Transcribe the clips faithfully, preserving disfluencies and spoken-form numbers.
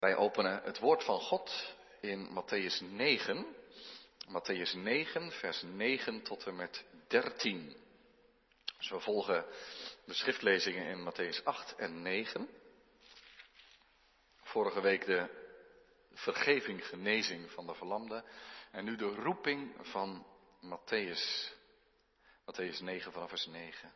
Wij openen het woord van God in Mattheüs negen. Mattheüs negen, vers negen tot en met dertien. Dus we volgen de schriftlezingen in Mattheüs acht en negen. Vorige week de vergeving, genezing van de verlamde. En nu de roeping van Mattheüs. Mattheüs negen vanaf vers negen.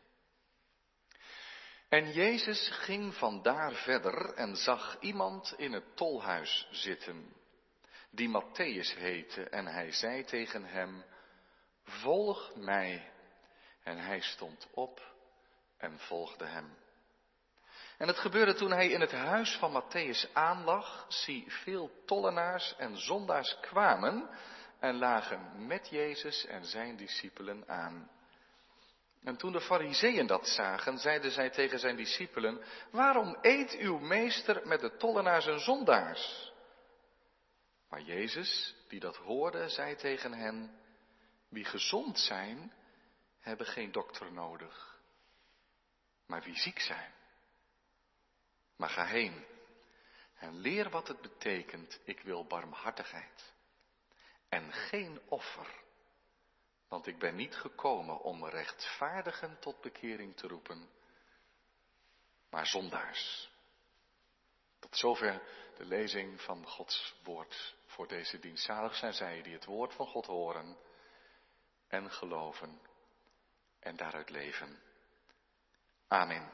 En Jezus ging vandaar verder en zag iemand in het tolhuis zitten, die Mattheüs heette, en hij zei tegen hem, volg mij. En hij stond op en volgde hem. En het gebeurde toen hij in het huis van Mattheüs aanlag, zie veel tollenaars en zondaars kwamen en lagen met Jezus en zijn discipelen aan. En toen de Farizeeën dat zagen, zeiden zij tegen zijn discipelen, waarom eet uw meester met de tollenaars en zondaars? Maar Jezus, die dat hoorde, zei tegen hen, wie gezond zijn, hebben geen dokter nodig, maar wie ziek zijn. Maar ga heen en leer wat het betekent, ik wil barmhartigheid en geen offer. Want ik ben niet gekomen om rechtvaardigen tot bekering te roepen, maar zondaars. Tot zover de lezing van Gods woord voor deze dienst. Zalig zijn zij die het woord van God horen en geloven en daaruit leven. Amen.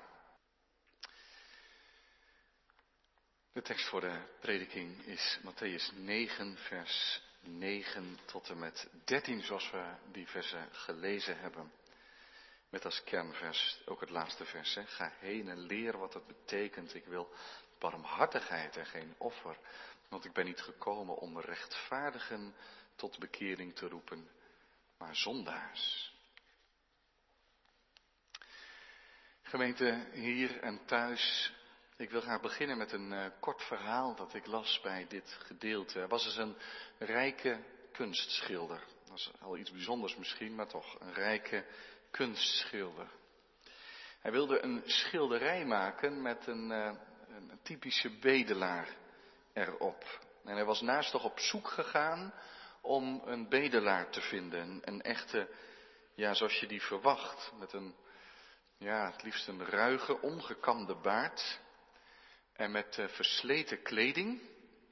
De tekst voor de prediking is Mattheüs negen, vers negen tot en met dertien, zoals we die versen gelezen hebben. Met als kernvers ook het laatste vers. Hè? Ga heen en leer wat het betekent. Ik wil barmhartigheid en geen offer. Want ik ben niet gekomen om rechtvaardigen tot bekering te roepen, maar zondaars. Gemeente hier en thuis. Ik wil graag beginnen met een uh, kort verhaal dat ik las bij dit gedeelte. Er was eens een rijke kunstschilder. Dat is al iets bijzonders misschien, maar toch een rijke kunstschilder. Hij wilde een schilderij maken met een, uh, een typische bedelaar erop. En hij was naast toch op zoek gegaan om een bedelaar te vinden. Een, een echte, ja zoals je die verwacht, met een, ja het liefst een ruige, ongekamde baard. En met uh, versleten kleding,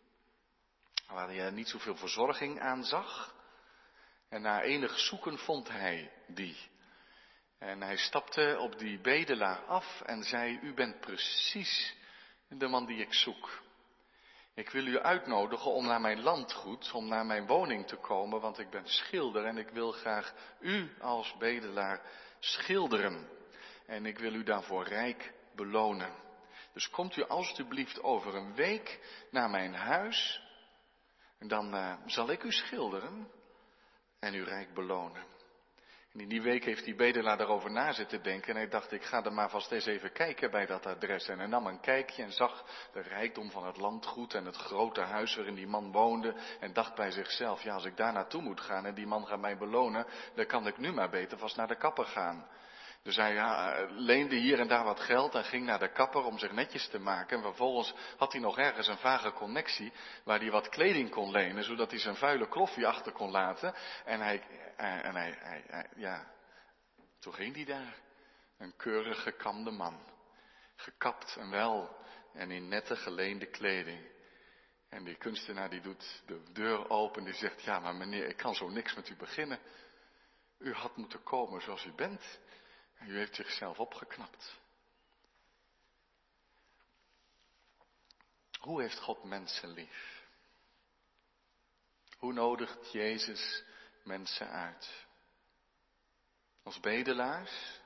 waar je niet zoveel verzorging aan zag. En na enig zoeken vond hij die. En hij stapte op die bedelaar af en zei, u bent precies de man die ik zoek. Ik wil u uitnodigen om naar mijn landgoed, om naar mijn woning te komen, want ik ben schilder en ik wil graag u als bedelaar schilderen. En ik wil u daarvoor rijk belonen. Dus komt u alstublieft over een week naar mijn huis en dan uh, zal ik u schilderen en u rijk belonen. En in die week heeft die bedelaar daarover na zitten denken en hij dacht, ik ga er maar vast eens even kijken bij dat adres. En hij nam een kijkje en zag de rijkdom van het landgoed en het grote huis waarin die man woonde en dacht bij zichzelf, ja als ik daar naartoe moet gaan en die man gaat mij belonen, dan kan ik nu maar beter vast naar de kapper gaan. Dus hij ja, leende hier en daar wat geld en ging naar de kapper om zich netjes te maken. En vervolgens had hij nog ergens een vage connectie waar hij wat kleding kon lenen, zodat hij zijn vuile kloffie achter kon laten. En hij, en hij, hij, hij ja, toen ging hij daar. Een keurig gekamde man. Gekapt en wel en in nette geleende kleding. En die kunstenaar die doet de deur open, die zegt, ja maar meneer, ik kan zo niks met u beginnen. U had moeten komen zoals u bent. U heeft zichzelf opgeknapt. Hoe heeft God mensen lief? Hoe nodigt Jezus mensen uit? Als bedelaars?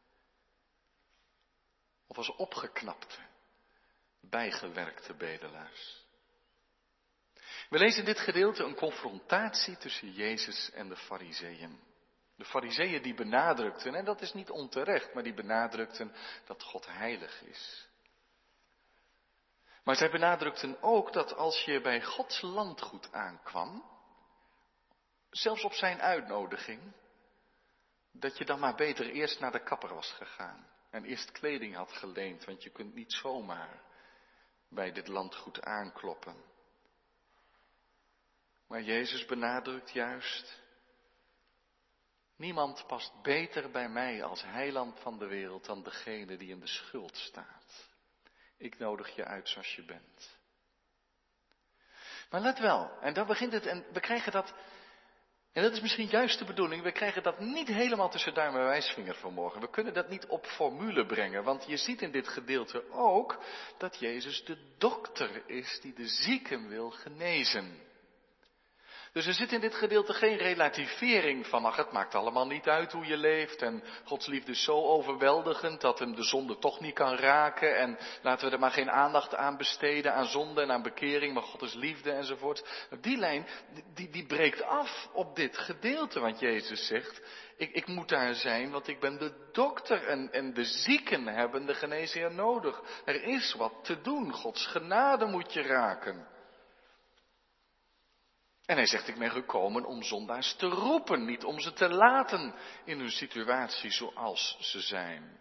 Of als opgeknapte, bijgewerkte bedelaars? We lezen in dit gedeelte een confrontatie tussen Jezus en de Farizeeën. De Farizeeën die benadrukten, en dat is niet onterecht, maar die benadrukten dat God heilig is. Maar zij benadrukten ook dat als je bij Gods landgoed aankwam, zelfs op zijn uitnodiging, dat je dan maar beter eerst naar de kapper was gegaan en eerst kleding had geleend, want je kunt niet zomaar bij dit landgoed aankloppen. Maar Jezus benadrukt juist, niemand past beter bij mij als heiland van de wereld dan degene die in de schuld staat. Ik nodig je uit zoals je bent. Maar let wel, en dan begint het, en we krijgen dat, en dat is misschien juist de bedoeling, we krijgen dat niet helemaal tussen duim en wijsvinger vanmorgen. We kunnen dat niet op formule brengen, want je ziet in dit gedeelte ook dat Jezus de dokter is die de zieken wil genezen. Dus er zit in dit gedeelte geen relativering van, ach, het maakt allemaal niet uit hoe je leeft en Gods liefde is zo overweldigend dat hem de zonde toch niet kan raken en laten we er maar geen aandacht aan besteden, aan zonde en aan bekering, maar God is liefde enzovoort. Die lijn, die, die breekt af op dit gedeelte, want Jezus zegt, ik, ik moet daar zijn, want ik ben de dokter en, en de zieken hebben de geneesheer nodig. Er is wat te doen, Gods genade moet je raken. En hij zegt, ik ben gekomen om zondaars te roepen, niet om ze te laten in hun situatie zoals ze zijn.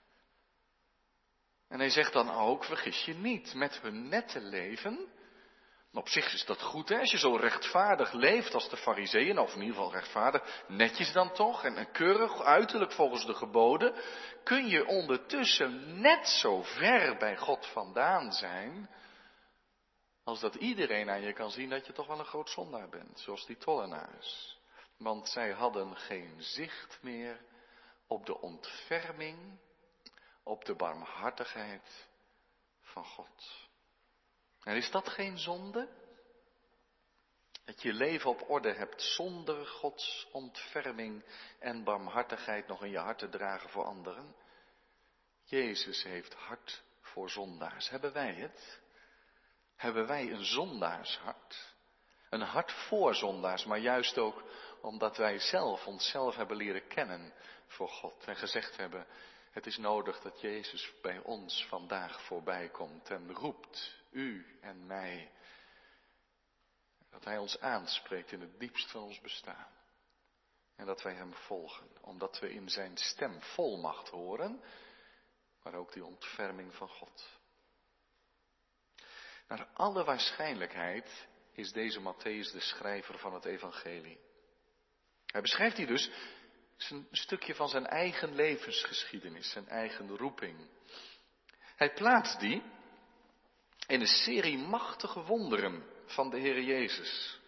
En hij zegt dan ook, vergis je niet, met hun nette leven. Op zich is dat goed, hè? Als je zo rechtvaardig leeft als de Farizeeën, of in ieder geval rechtvaardig, netjes dan toch, en keurig, uiterlijk volgens de geboden, kun je ondertussen net zo ver bij God vandaan zijn, als dat iedereen aan je kan zien dat je toch wel een groot zondaar bent, zoals die tollenaars. Want zij hadden geen zicht meer op de ontferming, op de barmhartigheid van God. En is dat geen zonde? Dat je leven op orde hebt zonder Gods ontferming en barmhartigheid nog in je hart te dragen voor anderen? Jezus heeft hart voor zondaars. Hebben wij het? Hebben wij een zondaarshart? Een hart voor zondaars, maar juist ook omdat wij zelf onszelf hebben leren kennen voor God. En gezegd hebben, het is nodig dat Jezus bij ons vandaag voorbij komt en roept, u en mij. Dat hij ons aanspreekt in het diepst van ons bestaan. En dat wij hem volgen, omdat we in zijn stem volmacht horen, maar ook die ontferming van God. Naar alle waarschijnlijkheid is deze Mattheüs de schrijver van het evangelie. Hij beschrijft hier dus een stukje van zijn eigen levensgeschiedenis, zijn eigen roeping. Hij plaatst die in een serie machtige wonderen van de Heer Jezus.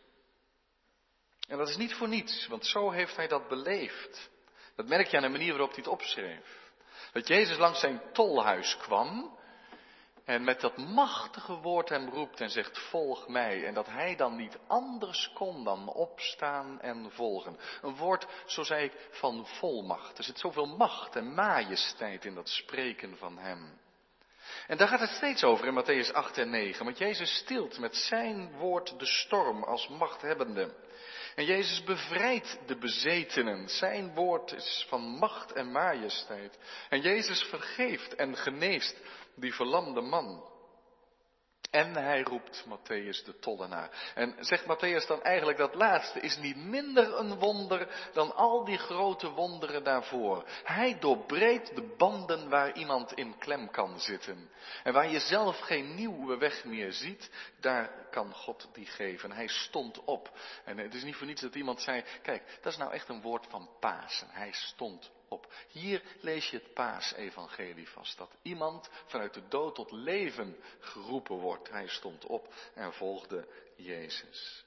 En dat is niet voor niets, want zo heeft hij dat beleefd. Dat merk je aan de manier waarop hij het opschreef. Dat Jezus langs zijn tolhuis kwam en met dat machtige woord hem roept en zegt, volg mij. En dat hij dan niet anders kon dan opstaan en volgen. Een woord, zo zei ik, van volmacht. Er zit zoveel macht en majesteit in dat spreken van hem. En daar gaat het steeds over in Mattheüs acht en negen. Want Jezus stilt met zijn woord de storm als machthebbende. En Jezus bevrijdt de bezetenen. Zijn woord is van macht en majesteit. En Jezus vergeeft en geneest die verlamde man. En hij roept Mattheüs de tollenaar. En zegt Mattheüs dan eigenlijk dat laatste is niet minder een wonder dan al die grote wonderen daarvoor. Hij doorbreekt de banden waar iemand in klem kan zitten. En waar je zelf geen nieuwe weg meer ziet, daar kan God die geven. Hij stond op. En het is niet voor niets dat iemand zei, kijk, dat is nou echt een woord van Pasen. Hij stond op. Hier lees je het Paasevangelie vast. Dat iemand vanuit de dood tot leven geroepen wordt. Hij stond op en volgde Jezus.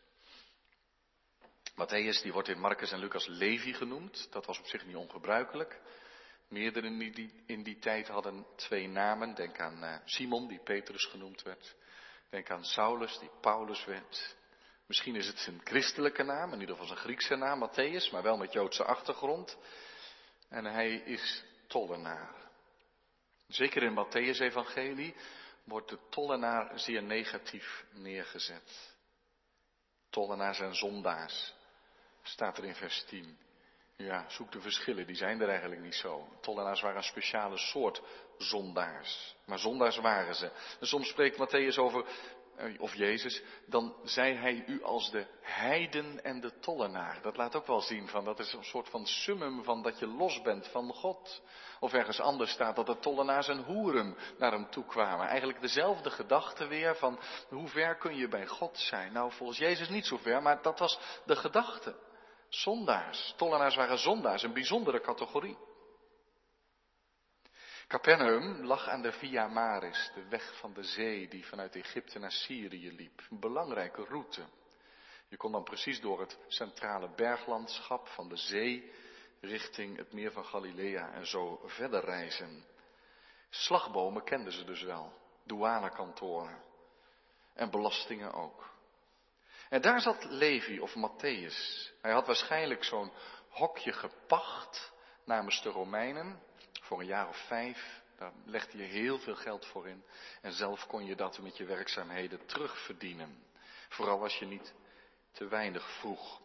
Mattheüs, die wordt in Marcus en Lucas Levi genoemd. Dat was op zich niet ongebruikelijk. Meerdere in die, in die tijd hadden twee namen. Denk aan uh, Simon, die Petrus genoemd werd. Denk aan Saulus, die Paulus werd. Misschien is het zijn christelijke naam, in ieder geval zijn Griekse naam, Mattheüs, maar wel met Joodse achtergrond. En hij is tollenaar. Zeker in Mattheüs evangelie wordt de tollenaar zeer negatief neergezet. Tollenaars en zondaars, staat er in vers tien. Ja, zoek de verschillen, die zijn er eigenlijk niet zo. Tollenaars waren een speciale soort zondaars. Maar zondaars waren ze. En soms spreekt Mattheüs over of Jezus, dan zei hij u als de heiden en de tollenaar. Dat laat ook wel zien van, dat is een soort van summum van dat je los bent van God. Of ergens anders staat dat de tollenaars en hoeren naar hem toe kwamen. Eigenlijk dezelfde gedachte weer van, hoe ver kun je bij God zijn? Nou, volgens Jezus niet zo ver, maar dat was de gedachte. Zondaars, tollenaars waren zondaars, een bijzondere categorie. Capernaum lag aan de Via Maris, de weg van de zee die vanuit Egypte naar Syrië liep. Een belangrijke route. Je kon dan precies door het centrale berglandschap van de zee richting het meer van Galilea en zo verder reizen. Slagbomen kenden ze dus wel, douanekantoren en belastingen ook. En daar zat Levi of Matthäus. Hij had waarschijnlijk zo'n hokje gepacht namens de Romeinen. Voor een jaar of vijf, daar legde je heel veel geld voor in. En zelf kon je dat met je werkzaamheden terugverdienen. Vooral als je niet te weinig vroeg.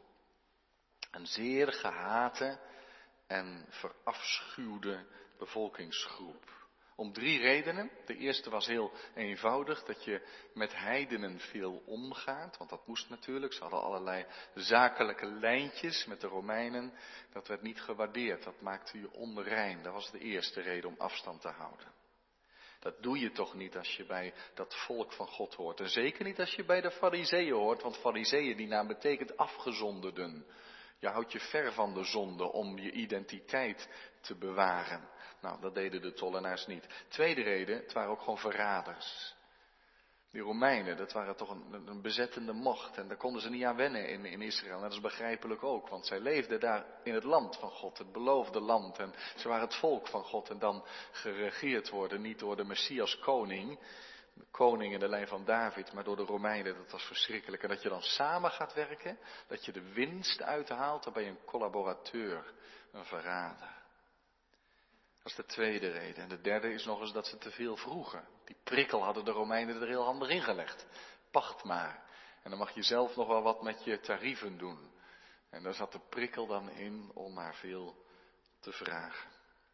Een zeer gehate en verafschuwde bevolkingsgroep. Om drie redenen. De eerste was heel eenvoudig, dat je met heidenen veel omgaat. Want dat moest natuurlijk, ze hadden allerlei zakelijke lijntjes met de Romeinen. Dat werd niet gewaardeerd, dat maakte je onrein. Dat was de eerste reden om afstand te houden. Dat doe je toch niet als je bij dat volk van God hoort. En zeker niet als je bij de Farizeeën hoort, want Farizeeën die naam betekent afgezonderden. Je houdt je ver van de zonde om je identiteit te bewaren. Nou, dat deden de tollenaars niet. Tweede reden, het waren ook gewoon verraders. Die Romeinen, dat waren toch een, een bezettende macht. En daar konden ze niet aan wennen in, in Israël. En dat is begrijpelijk ook, want zij leefden daar in het land van God, het beloofde land. En ze waren het volk van God en dan geregeerd worden, niet door de Messias koning, de koning in de lijn van David, maar door de Romeinen. Dat was verschrikkelijk. En dat je dan samen gaat werken, dat je de winst uithaalt, dan ben je een collaborateur, een verrader. Dat is de tweede reden. En de derde is nog eens dat ze te veel vroegen. Die prikkel hadden de Romeinen er heel handig ingelegd. Pacht maar. En dan mag je zelf nog wel wat met je tarieven doen. En daar zat de prikkel dan in om maar veel te vragen.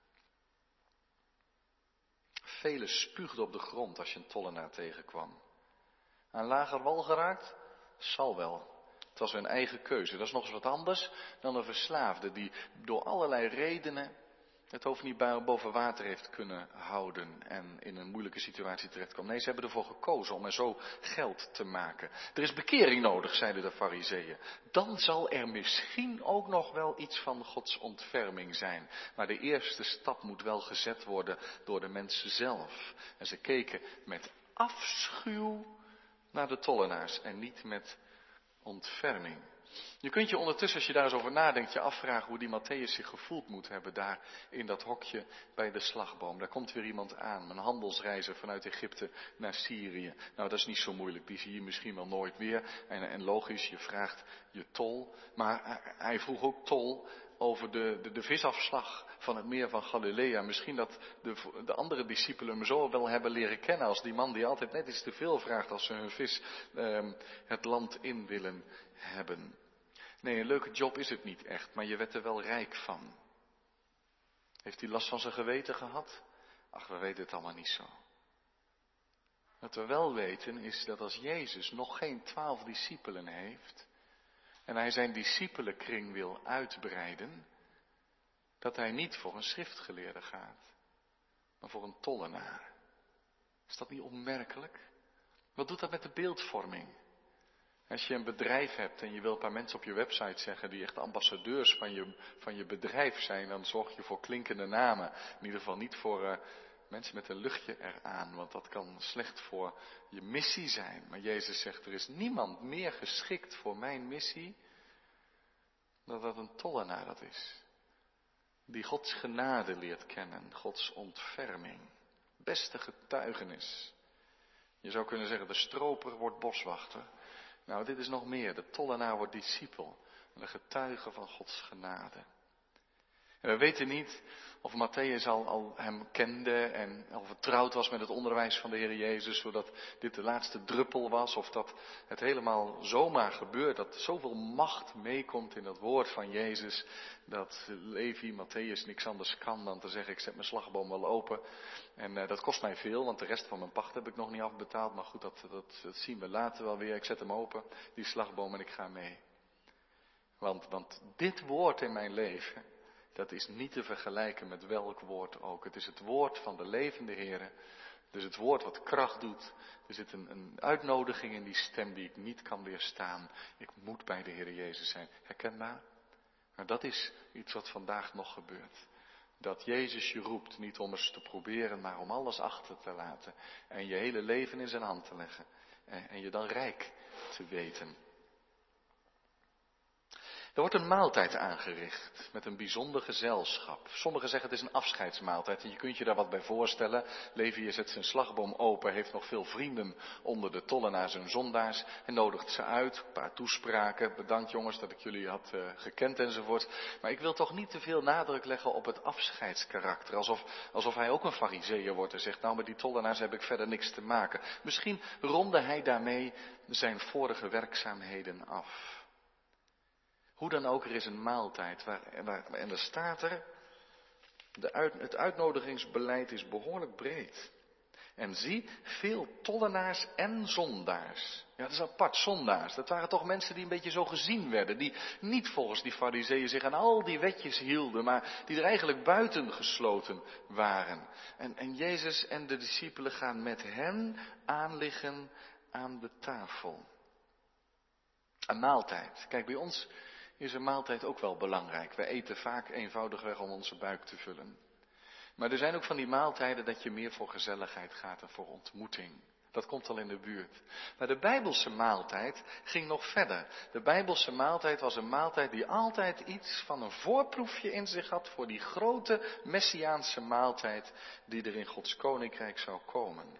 Velen spuugden op de grond als je een tollenaar tegenkwam. Aan lager wal geraakt? Zal wel. Het was hun eigen keuze. Dat is nog eens wat anders dan een verslaafde die door allerlei redenen het hoofd niet boven water heeft kunnen houden en in een moeilijke situatie terecht kwam. Nee, ze hebben ervoor gekozen om er zo geld te maken. Er is bekering nodig, zeiden de Farizeeën. Dan zal er misschien ook nog wel iets van Gods ontferming zijn. Maar de eerste stap moet wel gezet worden door de mensen zelf. En ze keken met afschuw naar de tollenaars en niet met ontferming. Je kunt je ondertussen, als je daar eens over nadenkt, je afvragen hoe die Matthäus zich gevoeld moet hebben daar in dat hokje bij de slagboom. Daar komt weer iemand aan, een handelsreizer vanuit Egypte naar Syrië. Nou, dat is niet zo moeilijk, die zie je misschien wel nooit meer. En, en logisch, je vraagt je tol. Maar hij vroeg ook tol over de, de, de visafslag van het meer van Galilea. Misschien dat de, de andere discipelen hem zo wel hebben leren kennen als die man die altijd net iets te veel vraagt als ze hun vis eh, het land in willen hebben. Nee, een leuke job is het niet echt, maar je werd er wel rijk van. Heeft hij last van zijn geweten gehad? Ach, we weten het allemaal niet zo. Wat we wel weten is dat als Jezus nog geen twaalf discipelen heeft en hij zijn discipelenkring wil uitbreiden, dat hij niet voor een schriftgeleerde gaat, maar voor een tollenaar. Is dat niet opmerkelijk? Wat doet dat met de beeldvorming? Als je een bedrijf hebt en je wil een paar mensen op je website zeggen die echt ambassadeurs van je, van je bedrijf zijn, dan zorg je voor klinkende namen. In ieder geval niet voor uh, mensen met een luchtje eraan, want dat kan slecht voor je missie zijn. Maar Jezus zegt, er is niemand meer geschikt voor mijn missie dan dat een tollenaar dat is. Die Gods genade leert kennen, Gods ontferming. Beste getuigenis. Je zou kunnen zeggen, de stroper wordt boswachter. Nou, dit is nog meer. De tollenaar wordt discipel. De getuige van Gods genade. En we weten niet of Mattheüs al, al hem kende en al vertrouwd was met het onderwijs van de Heer Jezus, zodat dit de laatste druppel was, of dat het helemaal zomaar gebeurt, dat zoveel macht meekomt in dat woord van Jezus, dat Levi, Mattheüs niks anders kan dan te zeggen, ik zet mijn slagboom wel open. En uh, dat kost mij veel, want de rest van mijn pacht heb ik nog niet afbetaald, maar goed, dat, dat, dat zien we later wel weer. Ik zet hem open, die slagboom, en ik ga mee. Want, want dit woord in mijn leven, dat is niet te vergelijken met welk woord ook. Het is het woord van de levende Heer. Dus het woord wat kracht doet. Er zit een, een uitnodiging in die stem die ik niet kan weerstaan. Ik moet bij de Heer Jezus zijn. Herkenbaar? Maar dat is iets wat vandaag nog gebeurt. Dat Jezus je roept, niet om eens te proberen, maar om alles achter te laten. En je hele leven in zijn hand te leggen. En, en je dan rijk te weten. Er wordt een maaltijd aangericht met een bijzonder gezelschap. Sommigen zeggen het is een afscheidsmaaltijd en je kunt je daar wat bij voorstellen. Levi zet zijn slagboom open, heeft nog veel vrienden onder de tollenaars en zondaars en nodigt ze uit. Een paar toespraken, bedankt jongens dat ik jullie had uh, gekend enzovoort. Maar ik wil toch niet te veel nadruk leggen op het afscheidskarakter. Alsof, alsof hij ook een farizeeër wordt en zegt, nou met die tollenaars heb ik verder niks te maken. Misschien ronde hij daarmee zijn vorige werkzaamheden af. Hoe dan ook, er is een maaltijd waar, waar, en er staat er, de uit, het uitnodigingsbeleid is behoorlijk breed. En zie, veel tollenaars en zondaars. Ja, dat is apart, zondaars. Dat waren toch mensen die een beetje zo gezien werden. Die niet volgens die farizeeën zich aan al die wetjes hielden, maar die er eigenlijk buiten gesloten waren. En, en Jezus en de discipelen gaan met hen aanliggen aan de tafel. Een maaltijd. Kijk, bij ons is een maaltijd ook wel belangrijk. We eten vaak eenvoudigweg om onze buik te vullen. Maar er zijn ook van die maaltijden dat je meer voor gezelligheid gaat en voor ontmoeting. Dat komt al in de buurt. Maar de Bijbelse maaltijd ging nog verder. De Bijbelse maaltijd was een maaltijd die altijd iets van een voorproefje in zich had voor die grote Messiaanse maaltijd die er in Gods koninkrijk zou komen.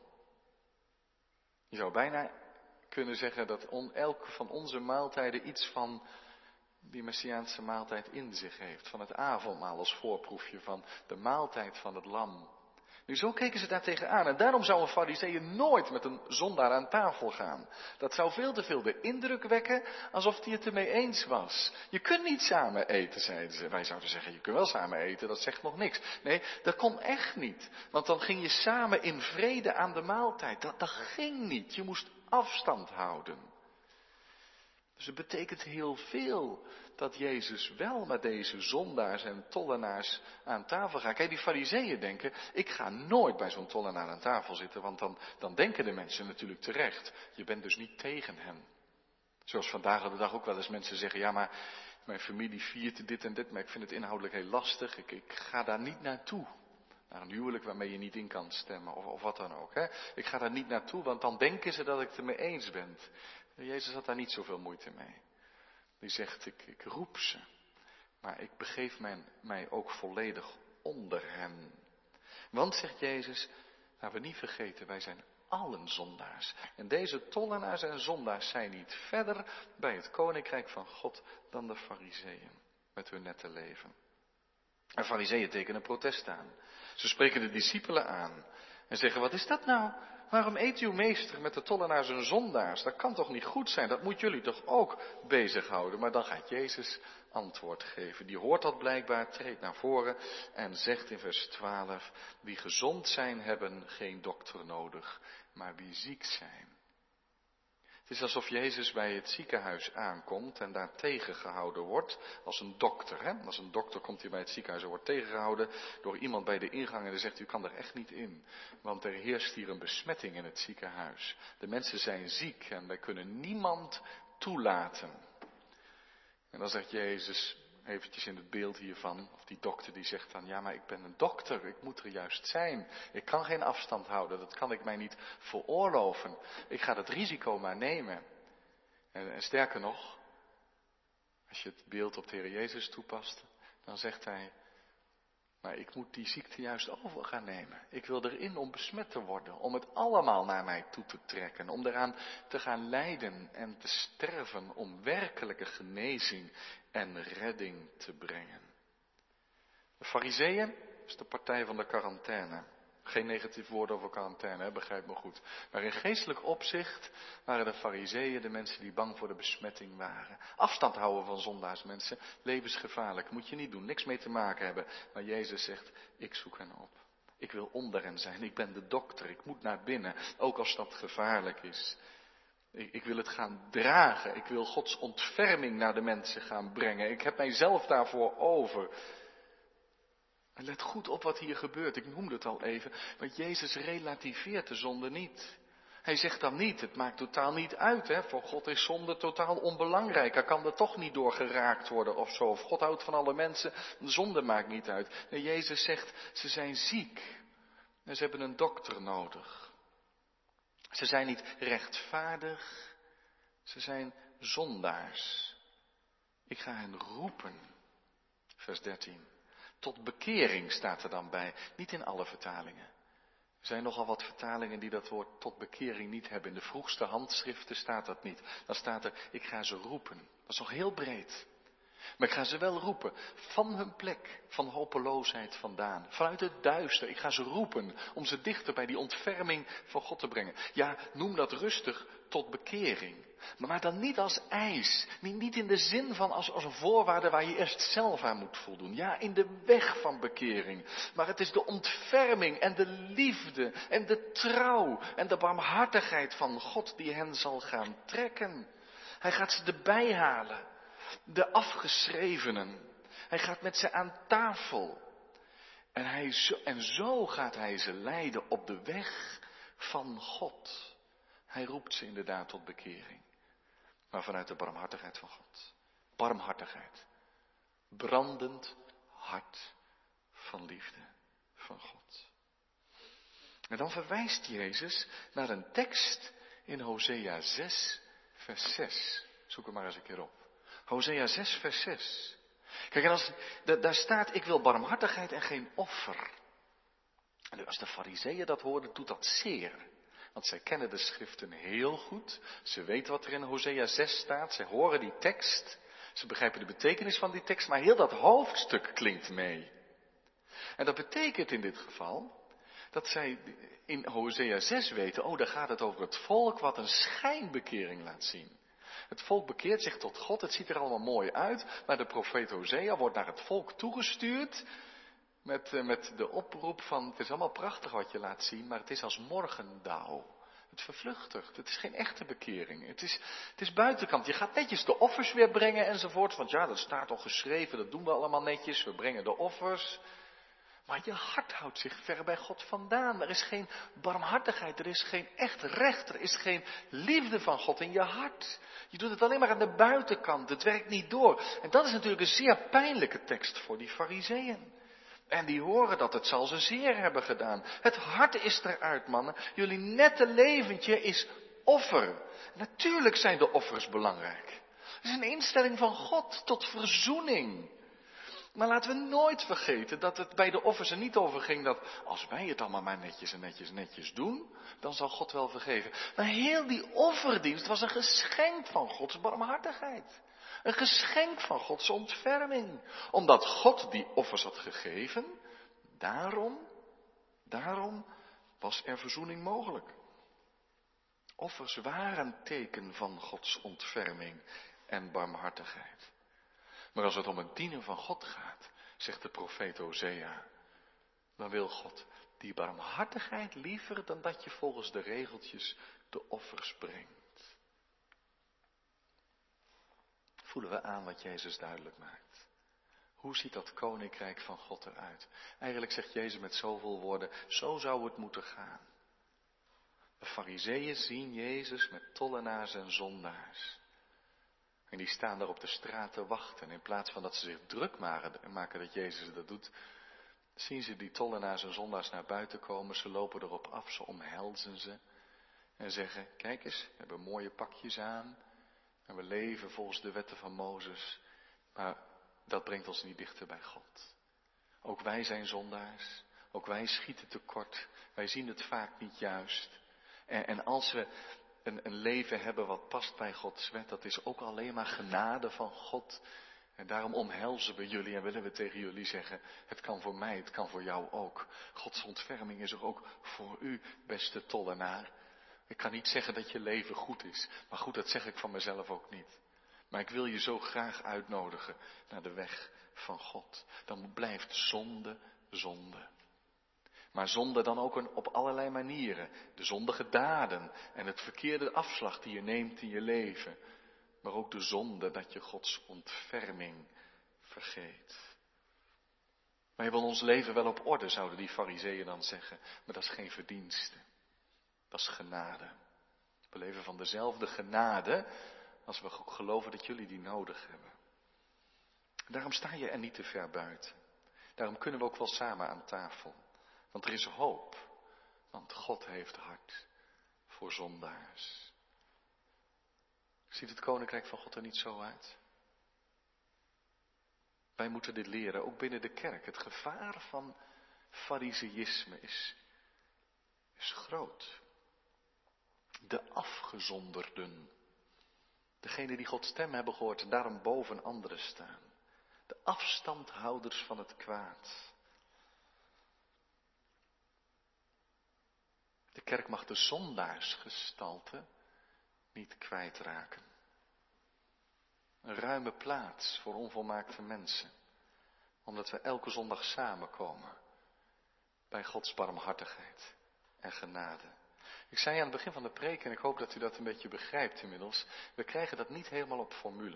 Je zou bijna kunnen zeggen dat on, elke van onze maaltijden iets van die Messiaanse maaltijd in zich heeft. Van het avondmaal als voorproefje van de maaltijd van het lam. Nu, zo keken ze daar tegenaan. En daarom zou een farizeeër nooit met een zondaar aan tafel gaan. Dat zou veel te veel de indruk wekken alsof hij het ermee eens was. Je kunt niet samen eten, zeiden ze. Wij zouden zeggen, je kunt wel samen eten, dat zegt nog niks. Nee, dat kon echt niet. Want dan ging je samen in vrede aan de maaltijd. Dat, dat ging niet. Je moest afstand houden. Dus het betekent heel veel dat Jezus wel met deze zondaars en tollenaars aan tafel gaat. Kijk, die farizeeën denken, ik ga nooit bij zo'n tollenaar aan tafel zitten, want dan, dan denken de mensen natuurlijk terecht. Je bent dus niet tegen hen. Zoals vandaag de dag ook wel eens mensen zeggen, ja maar mijn familie viert dit en dit, maar ik vind het inhoudelijk heel lastig. Ik, ik ga daar niet naartoe. Naar een huwelijk waarmee je niet in kan stemmen of, of wat dan ook. Hè? Ik ga daar niet naartoe, want dan denken ze dat ik het ermee eens ben. Jezus had daar niet zoveel moeite mee. Die zegt, ik, ik roep ze, maar ik begeef mij, mij ook volledig onder hen. Want, zegt Jezus, laten we niet vergeten, wij zijn allen zondaars. En deze tollenaars en zondaars zijn niet verder bij het koninkrijk van God dan de farizeeën met hun nette leven. En farizeeën tekenen protest aan. Ze spreken de discipelen aan en zeggen, wat is dat nou? Waarom eet uw meester met de tollenaars en zondaars? Dat kan toch niet goed zijn? Dat moet jullie toch ook bezighouden? Maar dan gaat Jezus antwoord geven. Die hoort dat blijkbaar, treedt naar voren en zegt in vers twaalf, wie gezond zijn hebben geen dokter nodig, maar wie ziek zijn. Het is alsof Jezus bij het ziekenhuis aankomt en daar tegengehouden wordt als een dokter. Hè? Als een dokter komt hij bij het ziekenhuis en wordt tegengehouden door iemand bij de ingang en die zegt, u kan er echt niet in. Want er heerst hier een besmetting in het ziekenhuis. De mensen zijn ziek en wij kunnen niemand toelaten. En dan zegt Jezus, eventjes in het beeld hiervan, of die dokter die zegt dan, ja maar ik ben een dokter, ik moet er juist zijn. Ik kan geen afstand houden, dat kan ik mij niet veroorloven. Ik ga dat risico maar nemen. En, en sterker nog, als je het beeld op de Heer Jezus toepast, dan zegt hij, maar ik moet die ziekte juist over gaan nemen. Ik wil erin om besmet te worden, om het allemaal naar mij toe te trekken, om eraan te gaan lijden en te sterven, om werkelijke genezing en redding te brengen. De Farizeeën is de partij van de quarantaine. Geen negatief woord over quarantaine, hè, begrijp me goed. Maar in geestelijk opzicht waren de Farizeeën de mensen die bang voor de besmetting waren. Afstand houden van zondaarsmensen, levensgevaarlijk, moet je niet doen, niks mee te maken hebben. Maar Jezus zegt, ik zoek hen op. Ik wil onder hen zijn, ik ben de dokter, ik moet naar binnen, ook als dat gevaarlijk is. Ik, ik wil het gaan dragen, ik wil Gods ontferming naar de mensen gaan brengen. Ik heb mijzelf daarvoor over. En let goed op wat hier gebeurt, ik noemde het al even, want Jezus relativeert de zonde niet. Hij zegt dan niet, het maakt totaal niet uit, hè? Voor God is zonde totaal onbelangrijk, hij kan er toch niet door geraakt worden of zo. Of God houdt van alle mensen, de zonde maakt niet uit. Nee, Jezus zegt, ze zijn ziek en ze hebben een dokter nodig. Ze zijn niet rechtvaardig, ze zijn zondaars. Ik ga hen roepen, vers dertien. Tot bekering staat er dan bij, niet in alle vertalingen. Er zijn nogal wat vertalingen die dat woord tot bekering niet hebben. In de vroegste handschriften staat dat niet. Dan staat er, ik ga ze roepen. Dat is nog heel breed. Maar ik ga ze wel roepen, van hun plek van hopeloosheid vandaan. Vanuit het duister, ik ga ze roepen om ze dichter bij die ontferming van God te brengen. Ja, noem dat rustig tot bekering. Maar dan niet als eis, niet in de zin van als, als een voorwaarde waar je eerst zelf aan moet voldoen. Ja, in de weg van bekering. Maar het is de ontferming en de liefde en de trouw en de barmhartigheid van God die hen zal gaan trekken. Hij gaat ze erbij halen. De afgeschrevenen. Hij gaat met ze aan tafel. En, hij zo, en zo gaat hij ze leiden op de weg van God. Hij roept ze inderdaad tot bekering. Maar vanuit de barmhartigheid van God. Barmhartigheid. Brandend hart van liefde van God. En dan verwijst Jezus naar een tekst in Hosea zes, vers zes. Zoek hem maar eens een keer op. Hosea zes, vers zes. Kijk, en als, daar staat, ik wil barmhartigheid en geen offer. En nu als de Farizeeën dat hoorden, doet dat zeer. Want zij kennen de schriften heel goed. Ze weten wat er in Hosea zes staat. Ze horen die tekst. Ze begrijpen de betekenis van die tekst. Maar heel dat hoofdstuk klinkt mee. En dat betekent in dit geval dat zij in Hosea zes weten, oh, daar gaat het over het volk wat een schijnbekering laat zien. Het volk bekeert zich tot God, het ziet er allemaal mooi uit, maar de profeet Hosea wordt naar het volk toegestuurd met, met de oproep van, het is allemaal prachtig wat je laat zien, maar het is als morgendauw. Het vervluchtigt, het is geen echte bekering, het is, het is buitenkant. Je gaat netjes de offers weer brengen enzovoort, want ja, dat staat al geschreven, dat doen we allemaal netjes, we brengen de offers. Maar je hart houdt zich ver bij God vandaan. Er is geen barmhartigheid, er is geen echt recht, er is geen liefde van God in je hart. Je doet het alleen maar aan de buitenkant, het werkt niet door. En dat is natuurlijk een zeer pijnlijke tekst voor die Farizeeën. En die horen dat, het zal ze zeer hebben gedaan. Het hart is eruit, mannen. Jullie nette leventje is offer. Natuurlijk zijn de offers belangrijk. Het is een instelling van God tot verzoening. Maar laten we nooit vergeten dat het bij de offers er niet over ging dat als wij het allemaal maar netjes en netjes netjes doen, dan zal God wel vergeven. Maar heel die offerdienst was een geschenk van Gods barmhartigheid. Een geschenk van Gods ontferming. Omdat God die offers had gegeven, daarom, daarom was er verzoening mogelijk. Offers waren teken van Gods ontferming en barmhartigheid. Maar als het om het dienen van God gaat, zegt de profeet Hosea, dan wil God die barmhartigheid liever dan dat je volgens de regeltjes de offers brengt. Voelen we aan wat Jezus duidelijk maakt. Hoe ziet dat koninkrijk van God eruit? Eigenlijk zegt Jezus met zoveel woorden, zo zou het moeten gaan. De Farizeeën zien Jezus met tollenaars en zondaars. En die staan daar op de straat te wachten. En in plaats van dat ze zich druk maken dat Jezus dat doet, zien ze die tollenaars en zondaars naar buiten komen. Ze lopen erop af, ze omhelzen ze. En zeggen, kijk eens, we hebben mooie pakjes aan. En we leven volgens de wetten van Mozes. Maar dat brengt ons niet dichter bij God. Ook wij zijn zondaars. Ook wij schieten tekort. Wij zien het vaak niet juist. En, en als we een, een leven hebben wat past bij Gods wet, dat is ook alleen maar genade van God. En daarom omhelzen we jullie en willen we tegen jullie zeggen, het kan voor mij, het kan voor jou ook. Gods ontferming is er ook voor u, beste tollenaar. Ik kan niet zeggen dat je leven goed is, maar goed, dat zeg ik van mezelf ook niet. Maar ik wil je zo graag uitnodigen naar de weg van God. Dan blijft zonde, zonde. Maar zonde dan ook op allerlei manieren. De zondige daden en het verkeerde afslag die je neemt in je leven. Maar ook de zonde dat je Gods ontferming vergeet. Wij hebben ons leven wel op orde, zouden die farizeeën dan zeggen. Maar dat is geen verdienste. Dat is genade. We leven van dezelfde genade als we geloven dat jullie die nodig hebben. Daarom sta je er niet te ver buiten. Daarom kunnen we ook wel samen aan tafel. Want er is hoop. Want God heeft hart voor zondaars. Ziet het koninkrijk van God er niet zo uit? Wij moeten dit leren, ook binnen de kerk. Het gevaar van fariseïsme is, is groot. De afgezonderden. Degenen die Gods stem hebben gehoord en daarom boven anderen staan. De afstandhouders van het kwaad. De kerk mag de zondaarsgestalte niet kwijtraken. Een ruime plaats voor onvolmaakte mensen. Omdat we elke zondag samenkomen bij Gods barmhartigheid en genade. Ik zei aan het begin van de preek, en ik hoop dat u dat een beetje begrijpt inmiddels, we krijgen dat niet helemaal op formule.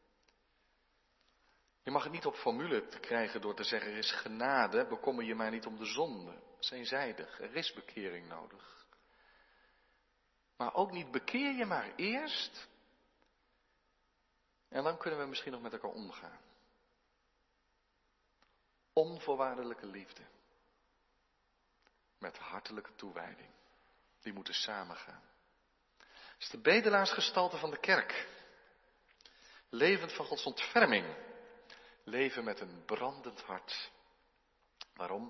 Je mag het niet op formule te krijgen door te zeggen, er is genade, bekommer je maar niet om de zonde. Dat is eenzijdig, er is bekering nodig. Maar ook niet bekeer je maar eerst, en dan kunnen we misschien nog met elkaar omgaan. Onvoorwaardelijke liefde, met hartelijke toewijding, die moeten samengaan. Dat is de bedelaarsgestalte van de kerk. Levend van Gods ontferming. Leven met een brandend hart. Waarom?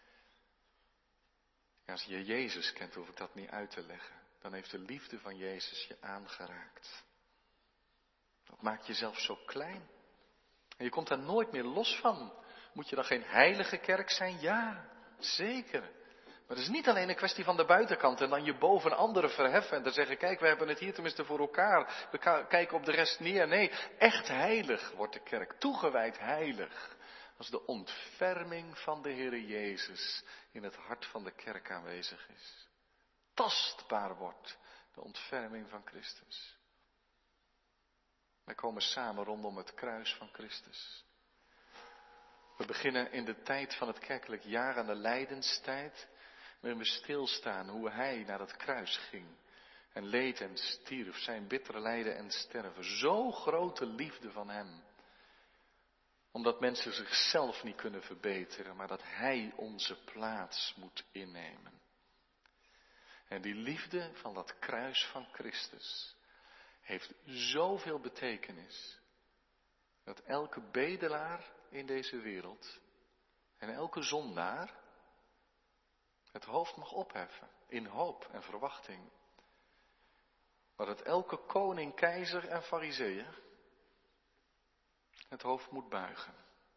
Ja, als je Jezus kent, hoef ik dat niet uit te leggen. Dan heeft de liefde van Jezus je aangeraakt. Dat maakt je zelf zo klein. En je komt daar nooit meer los van. Moet je dan geen heilige kerk zijn? Ja, zeker. Maar het is niet alleen een kwestie van de buitenkant en dan je boven anderen verheffen en dan zeggen, kijk, we hebben het hier tenminste voor elkaar. We kijken op de rest neer. Nee, echt heilig wordt de kerk, toegewijd heilig. Als de ontferming van de Heere Jezus in het hart van de kerk aanwezig is. Tastbaar wordt de ontferming van Christus. Wij komen samen rondom het kruis van Christus. We beginnen in de tijd van het kerkelijk jaar aan de lijdenstijd, waarin we stilstaan hoe hij naar het kruis ging en leed en stierf, zijn bittere lijden en sterven. Zo grote liefde van hem. Omdat mensen zichzelf niet kunnen verbeteren, maar dat hij onze plaats moet innemen. En die liefde van dat kruis van Christus heeft zoveel betekenis, dat elke bedelaar in deze wereld en elke zondaar het hoofd mag opheffen in hoop en verwachting. Maar dat elke koning, keizer en farizeeër het hoofd moet buigen.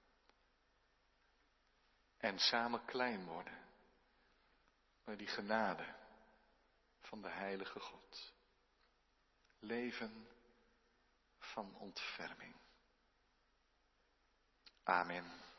En samen klein worden bij die genade van de heilige God. Leven van ontferming. Amen.